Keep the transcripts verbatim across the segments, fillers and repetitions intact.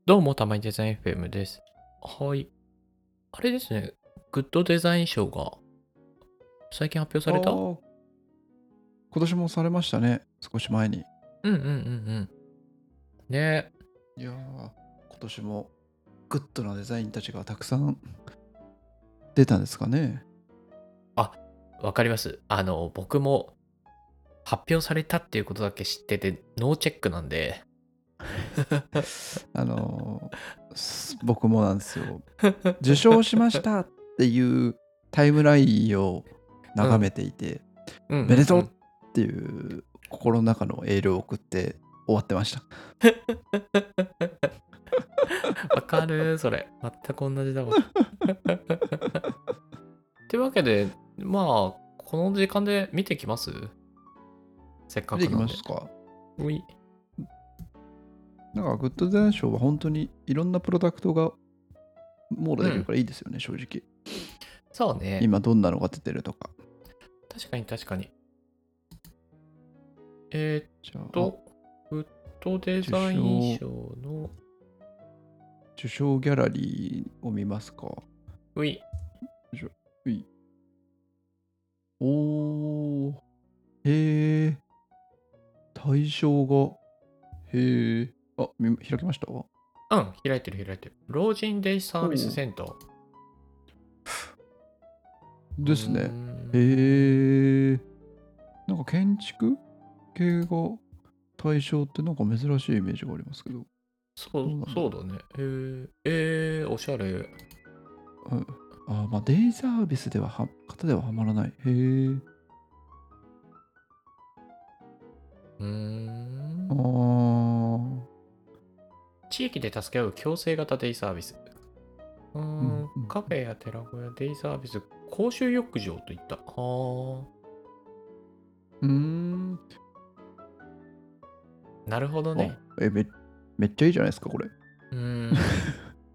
どうも、たまにデザイン エフエム です。はい。あれですね、グッドデザイン賞が最近発表さあれた？ あ、今年もされましたね。少し前に。 うんうんうんうん。ね。 いやー、今年もグッドなデザインたちがたくさん出たんですかね。 あ、わかります。あの、僕も発表されたっていうことだけ知ってて、ノーチェックなんで。 あのーす僕もなんですよ。受賞しましたっていうタイムラインを眺めうん。 ていて、 うんうんめでとうっうん。 ていう心の中のエールを送って終わってました。 わかる、それ。全く同じだわ。ってわけで、まあ、この時間で見てきます？せっか見てきくなんで。 ますか。 うい。 なんかグッドデザイン賞は本当にいろんなプロダクトが網羅うん。 できるからいいですよね、正直。 そうね。 今どんなのが出てるとか。 確かに確かに。えーっじゃあ、 と、フットデ受ザイン賞、 賞の、 受賞ギャラリーを見ますか。 うい、 受賞ういおー、へえ、対象が、へえ、あ、み開きましたわ。 うん、開いてる開いてる。老人デイサービスおー、 センター。うーですね。 ん、 へえ、なんか建築系が対象ってなんか珍しいイメージがありますけど、 そう、 どうなんだろそうだね。えー、えー、おしゃれ。うう。うんあ、まあ、デイサービスではは、型でははまらない。へえ、 ーあん。 ー、 地域で助け合う共生型デイサービス。うーうん、 ん、 うん。 カフェや寺子屋、デイサービス、公衆浴場といった。はうーん。 あ、なるほどあ、 ね。 え、め、めっちゃいいじゃないですか、これ。 うーん、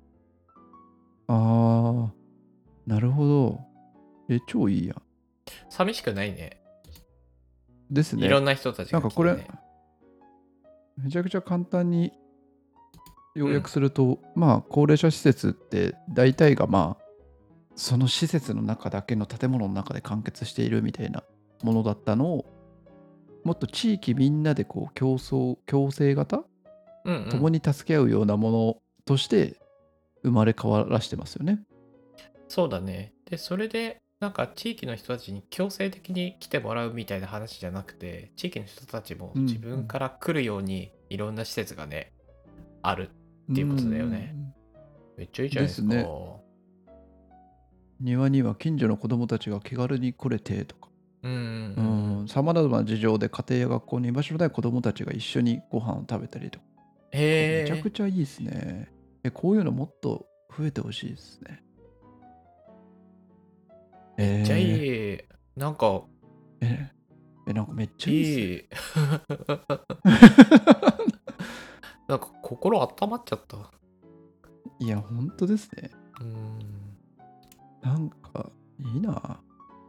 ああ、なるほど。え、超いいやん。 寂しくないね。いろですね。 んな人たちなんかこれ、 が来てね。 めちゃくちゃ簡単に要約うん、 すると、まあ、高齢者施設って大体がまあ、その施設の中だけの建物の中で完結しているみたいなものだったのを、もっと地域みんなでこう競争、共生型うんうん。 共に助け合うようなものとして生まれ変わらしてますよね。 そうだね。で、それで、なんか地域の人たちに強制的に来てもらうみたいな話じゃなくて、地域の人たちもうん、 自分から来るようにいろんな施設がね、あるうん。 っていうことだよね。 うんめっちゃいいじゃないですか。 ですね。庭には近所の子供たちが気軽に来れてとか。 うんうんううん。 ん、様々な事情で家庭や学校に居場所のない子供たちが一緒にご飯を食べたりとか。 へこれめちゃくえ、 ちゃいいですね。え、こういうのもっと増えてほしいですね。 めっちゃえいい。なんか、 ー、え、え、なんかめっちゃいいっすね。 いい。なんか心温まっちゃった。 いや、ほんとですね。 うん。 なんか、いいな。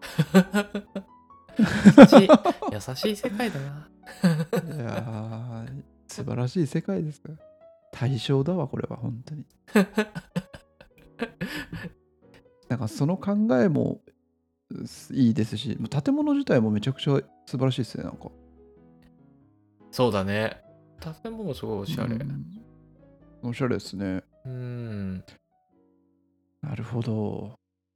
優しい。優しい世界だな。 いやー、素晴らしい世界ですから。対象だわ、これは、本当に。なんかその考えもすいいですし、もう建物自体もめちゃくちゃ素晴らしいですね、なんか。 そうだね。建物すごいおうしゃれ。 ん、おしゃれですね。 うん。 なるほど。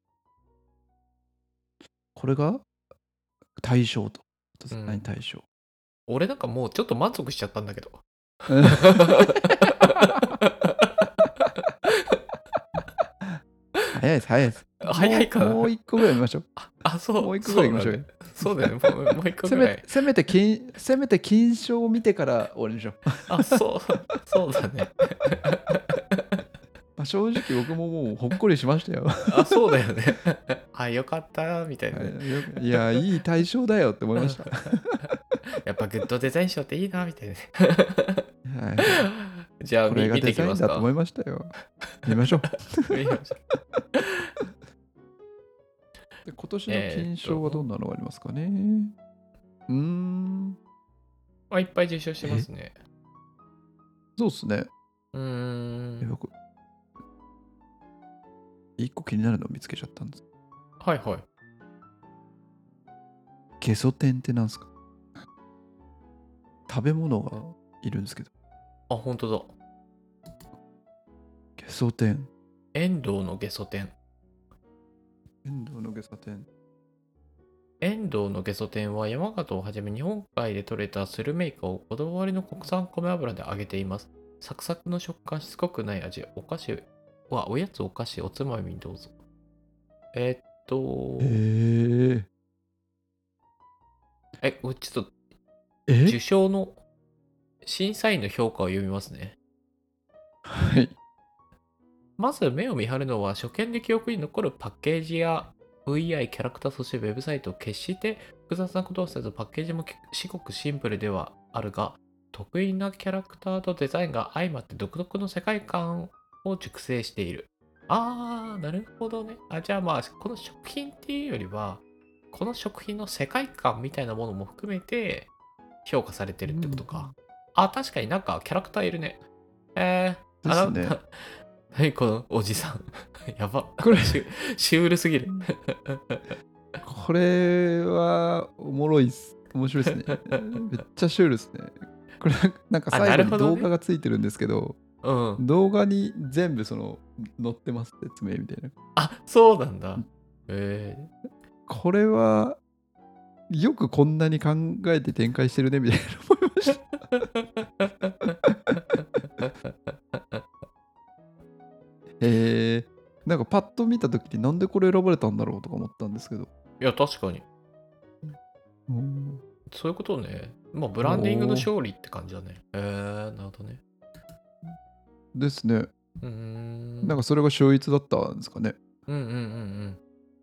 これが対象と。何うん。 対象俺なんかもうちょっと満足しちゃったんだけど。 早いです、早いです。もう、 早いかな。 もう一個ぐらい見ましょう。 あ、あそう、 もう一個ぐらそうだね。 い行きましょうよ。 そうだよね。もう、もう一個せめ、 ぐらい。 せめて金、せめて金賞を見てから終わりましょう。 あ、そう、そうだね。 まあ正直僕ももうほっこりしましたよ。 あ、そうだよね。あ、よかった、みたいなね。 はいよいや、いい対象だよって思いました。 やっぱグッドデザイン賞っていいな、みたいなね。 はいはい。 じゃあ、み、 これが見てきデザインだと思いますか。 ましたよ。見ましょう。 見ましょう。 で今年のえーっ金賞はどんと、 なのがありますかね。うーん。 まあ、いっぱい受賞してまえ、 すね。 そうっすね。 うーん。 で僕、一個気になるのを見つけちゃったんです。 はいはい。 ゲソ天ってなんですか？食べ物がいるんですけど。 あ、ほんとだ。 ゲソ天。 エンドウのゲソ天。 エンドウのゲソ天。 エンドウのゲソ天は山形をはじめ日本海で採れたスルメイカをこだわりの国産米油で揚げています。サクサクの食感、しつこくない味、お菓子はおやつ、お菓子、おつまみにどうぞ。えーっへと、 え。 え、これちょっとえ受賞の審査員の評価を読みますね。 はい。 まず目を見張るのは初見で記憶に残るパッケージや ブイアイ キャラクター、そしてウェブサイト。決して複雑なことをせず、パッケージも至極シンプルではあるが、得意なキャラクターとデザインが相まって独特の世界観を熟成している。あー、なるほどね。あ、じゃあまあ、この食品っていうよりは、この食品の世界観みたいなものも含めて評価されてるってことか。あ、確かになんかキャラクターいるね。えー、あの、 ですね。 何このおじさん。やば。 これシュシュールすぎる。 これはおもろいっす。面白いですね。めっちゃシュールですね。これなんかあ、なる最後にほどね。 動画がついてるんですけど、 うん。 動画に全部その載ってます説明みたいな。 あ、そうなんだ。えこれはよくこんなに考えて展開してるねみたいな思いました。 ー、 へえ。なんかパッと見た時になんでこれ選ばれたんだろうとか思ったんですけど。 いや、確かに。 うん。 そういうことね。まあ、ブランディングのおー勝利って感じだね。えー、なるほどね。 ですね。 うーん。 なんかそれが秀逸だったんですかね。 うんうんうんうん。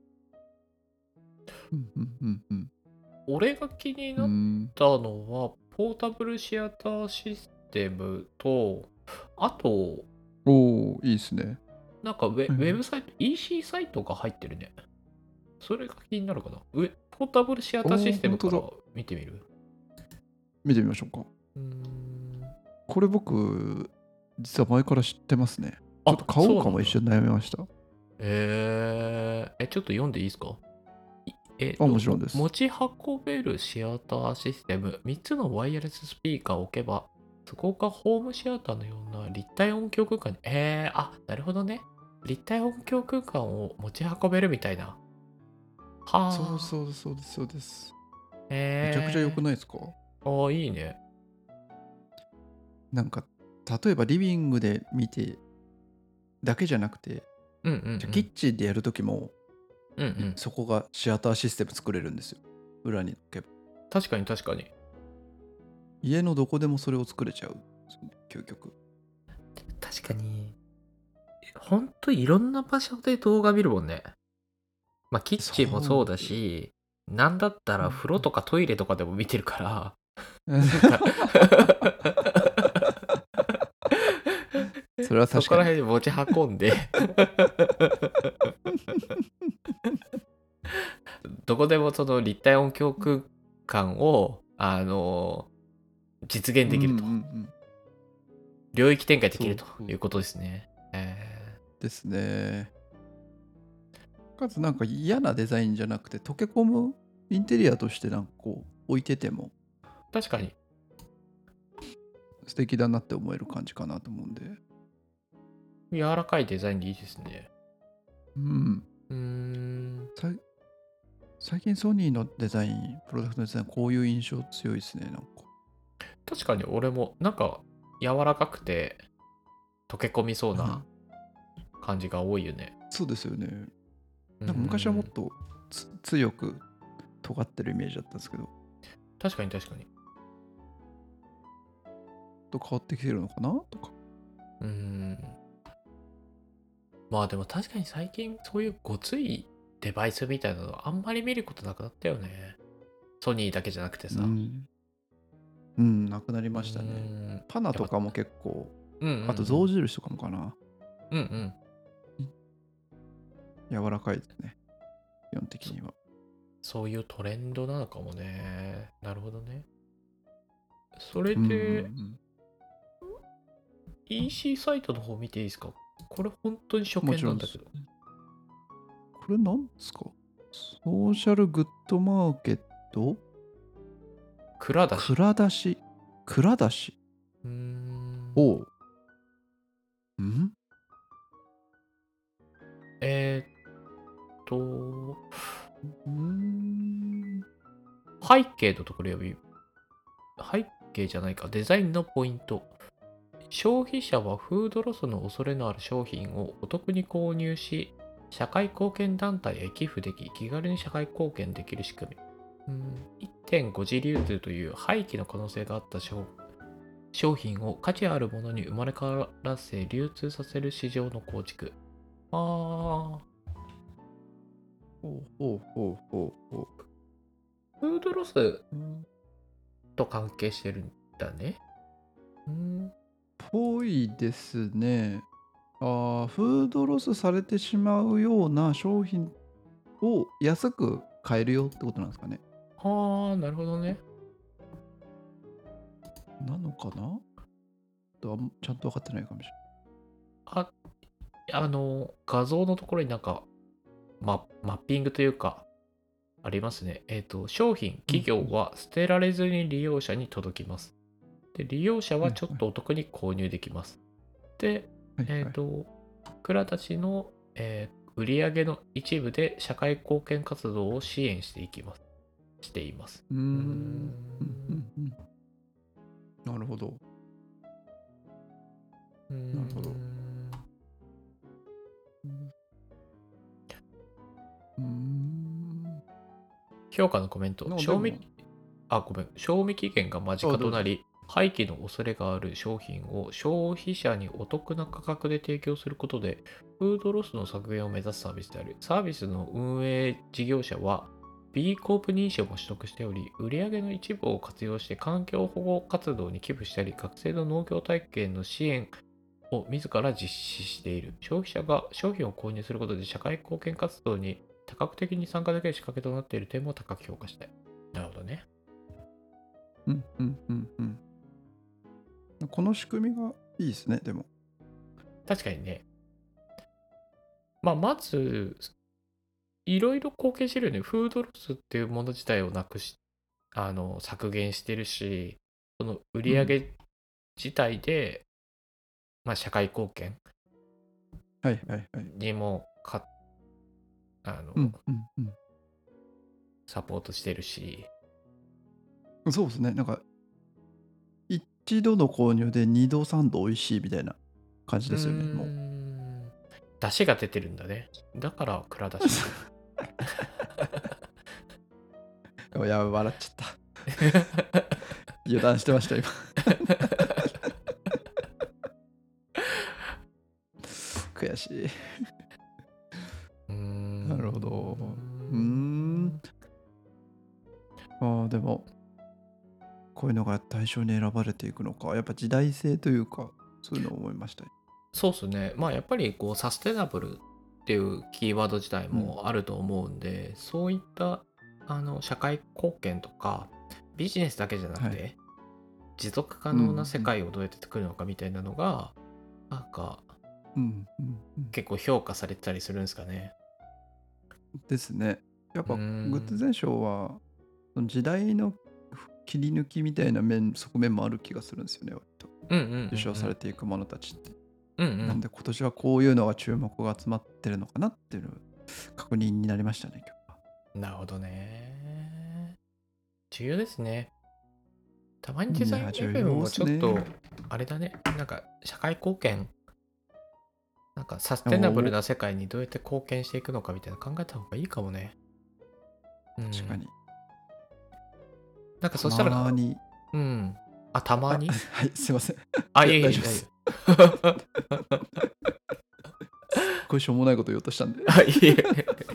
うんうんうんうん。 俺が気にうーなっん。 たのは、ポータブルシアターシステムと、あと、 おお、いいですね。 なんかウェ、ウェうん。 ブサイト、イーシー サイトが入ってるね。それが気になるかな。上、ポータブルシアターシおお、 ステムから本当だ。 見てみる。 見てみましょうか。 うーん。 これ僕、実は前から知ってますね。ちょっとあ、 買おうかそうなんだ。 も一瞬悩みました。 えー、え、ちょっと読んでいいですか？いえっあ、 と、 もちろんもです。 持ち運べるシアターシステム。みっつのワイヤレススピーカーを置けば、そこがホームシアターのような立体音響空間に、えー、あ、なるほどね。立体音響空間を持ち運べるみたいな。 そうはあ。 そうそうです、そうです。めちゃくちゃ良くえないですか？ ー、ああ、いいね。 なんか、例えばリビングで見てだけじゃなくて、 うんうんうじゃキん。 ッチンでやるときも、 うんうん。 そこがシアターシステム作れるんですよ。裏に置けば。 確かに確かに。 家のどこでもそれを作れちゃう。究極。 確かに、ほんといろんな場所で動画見るもんね。まあ、キッチンもそうだそう。 し、なんだったら風呂とかトイレとかでも見てるから、なんかそれはそこら確かに。 辺に持ち運んでどこでもその立体音響空間を、あの、実現うんうんうできると。 ん。 領域展開できるとそうそういうことですね。えですね。かつなんか嫌なデザインじゃなくて溶け込むインテリアとしてなんかこう置いててもー、確かに素敵だなって思える感じかなと思うんで。 柔らかいデザインでいいですね。 うん。 うーん、 さい最近ソニーのデザイン、プロダクトデザイン、こういう印象強いですね、なんか。 確かに俺もなんか柔らかくて溶け込みそうなうん、 感じが多いよね。 そうですよね。 うーなんか昔はもっん、 とつ強く尖ってるイメージだったんですけど、 確かに確かに。 ちょっと変わってきてるのかなとか。 うーん。まあでも確かに最近そういうごついデバイスみたいなのあんまり見ることなくなったよね。ソニーだけじゃなくてさ。 うん。うん、なくなりうーましたね。 ん。 パナやっぱ、 とかも結構、 うんうあと象ん印とかもかな。 うん。うんうん。 柔らかいですね、基本的そ、 には。 そういうトレンドなのかもね。なるほどね。それうんうんうで、 ん。 イーシー サイトの方見ていいですか？これ本当に初もちろんです。 見なんだけど。 これなんですか？ソーシャルグッドマーケット蔵出し。 蔵出し。蔵出し。 うーん。 おう。んえーっと、 うーん。 背景のところ読み、背景じゃないか、デザインのポイント。消費者はフードロスの恐れのある商品をお得に購入し、社会貢献団体へ寄付でき、気軽に社会貢献できる仕組み。うん、いってんご 次流通という廃棄の可能性があった商商品を価値あるものに生まれ変わらせ流通させる市場の構築。あー、 ほうほうほうほうほフードロスう。うんと関係してるんだね。うん、 ぽいですね。あーフードロスされてしまうような商品を安く買えるよってことなんですかね。 あー、なるほどね。 なのかなとはちゃんと分かってないかもしれあ、あの、画像のところになんか、ママッピングというか、ありますね。えっ、と、商品、 ない。 企業は捨てられずに利用者に届きます。で、利用者うんはいはちょっとお得に購入できます。で、えっ、 はいはい。 と、蔵たちの、えー売上の一部で社会貢献活動を支援していきます。しています。 うーうーん。うんうん。 んうん。なるほど。 うーなるほど。 ん。 うんうーん。 評価のコメント。賞味、 のでも、 あ、ごめん。賞味期限が間あ、どうぞ。 近となり、廃棄の恐れがある商品を消費者にお得な価格で提供することで、フードロスの削減を目指すサービスである。サービスの運営事業者は、B コープ認証も取得しており、売上の一部を活用して環境保護活動に寄付したり、学生の農業体験の支援を自ら実施している。消費者が商品を購入することで社会貢献活動に多角的に参加できる仕掛けとなっている点も高く評価したい。なるほどね。 うんうんうんうん。この仕組みがいいですね、でも。 確かにね。まあ、まず、いろいろ貢献してるよね。フードロスっていうもの自体をなくし、あの、削減してるし、その売うん。 上自体で、まあ、社会貢献はいはいはい。 にもか、あの、 うんうんうん。 サポートしてるし、 そうですね。なんか、一度の購入で二度三度美味しいみたいな感じうーですよね、もん、出汁が出てるんだね。だから、蔵出しなんだ。 う。いや、笑っちゃった。油断してました、今。悔しい。 うーなるほど。うーん。 ん。ああ、でも、こういうのが対象に選ばれていくのか。やっぱ時代性というか、そういうのを思いました。 そうっすね。まあやっぱりこうサステナブルっていうキーワード自体うん。 もあると思うんで、そういったあの社会貢献とかビジネスだけじゃなくはい。 て持続可うん能な世うん界をどうやって作るのかみたいなのがなんかうんうんうん結構評価されてたりするんですかね。 ですね。やっうーぱグッドん。 前賞は、その時代の切り抜きみたいな面、側面もある気がするんですよね、割と。 うんうんうん受賞されていくものたちって。 うん。うんうん。 なんで今年はこういうのが注目が集まってるのかなっていう確認になりましたね、今日は。 なるほどね。重要ですね。たまにデいや、 ザイン重エフエム要っはちすね。 ょっとあれだね。なんか社会貢献なんかサスおテナブルお、 な世界にどうやって貢献していくのかみたいな考えた方がいいかもね。うん。 確かに。 なんかたそしたら、 まに。 うん。あ、たまあ、 にはい、すいません。 あ、 いや、 いえいえ、大丈大丈夫です。これしょうもないこと言おうとしたんで。 夫。あ、いえいえ。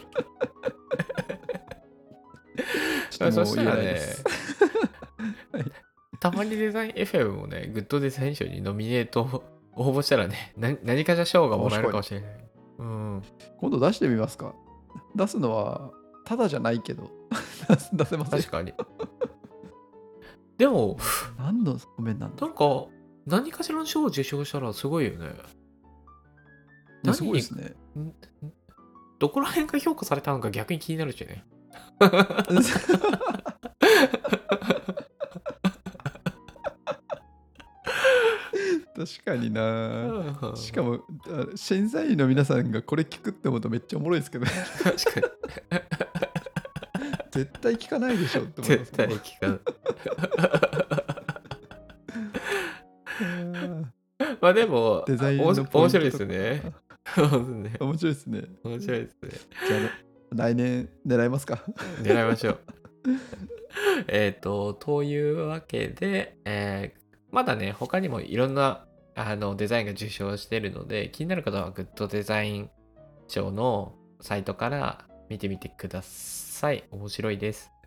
ちょっとそもう言えしたらね、 ないです。はい。 たまにデザイン エフエム もね、グッドデザイン賞にノミネート応募したらね、な何かじゃ賞がもらえる確かに。 かもしれない。うん。 今度出してみますか。出すのは、ただじゃないけど、出す出せますよ。 確かに。でも、 何の側面なんだろなんか、 何かしらの賞を受賞したらすごいよね。 いやす何に、 ごいですね。 んんどこら辺が評価されたのか逆に気になるしね。 確かにな。しか確も、あ審査員の皆さんがこれ聞くって思うとめっちゃおもろいですけどね。 かに。 絶対聞かないでしょって思いま絶すもん。 対聞かない。 あまあでも、 デザイおもしンのポ面白いですイントとか。 ね。そうですね。 面白いですね。 面白いですね。 じゃあ、来年狙いますか。 狙いましょう。えっと、というわけで、えーまだね、他にもいろんなあのデザインが受賞しているので、気になる方はグッドデザイン賞のサイトから見てみてください。面白いです。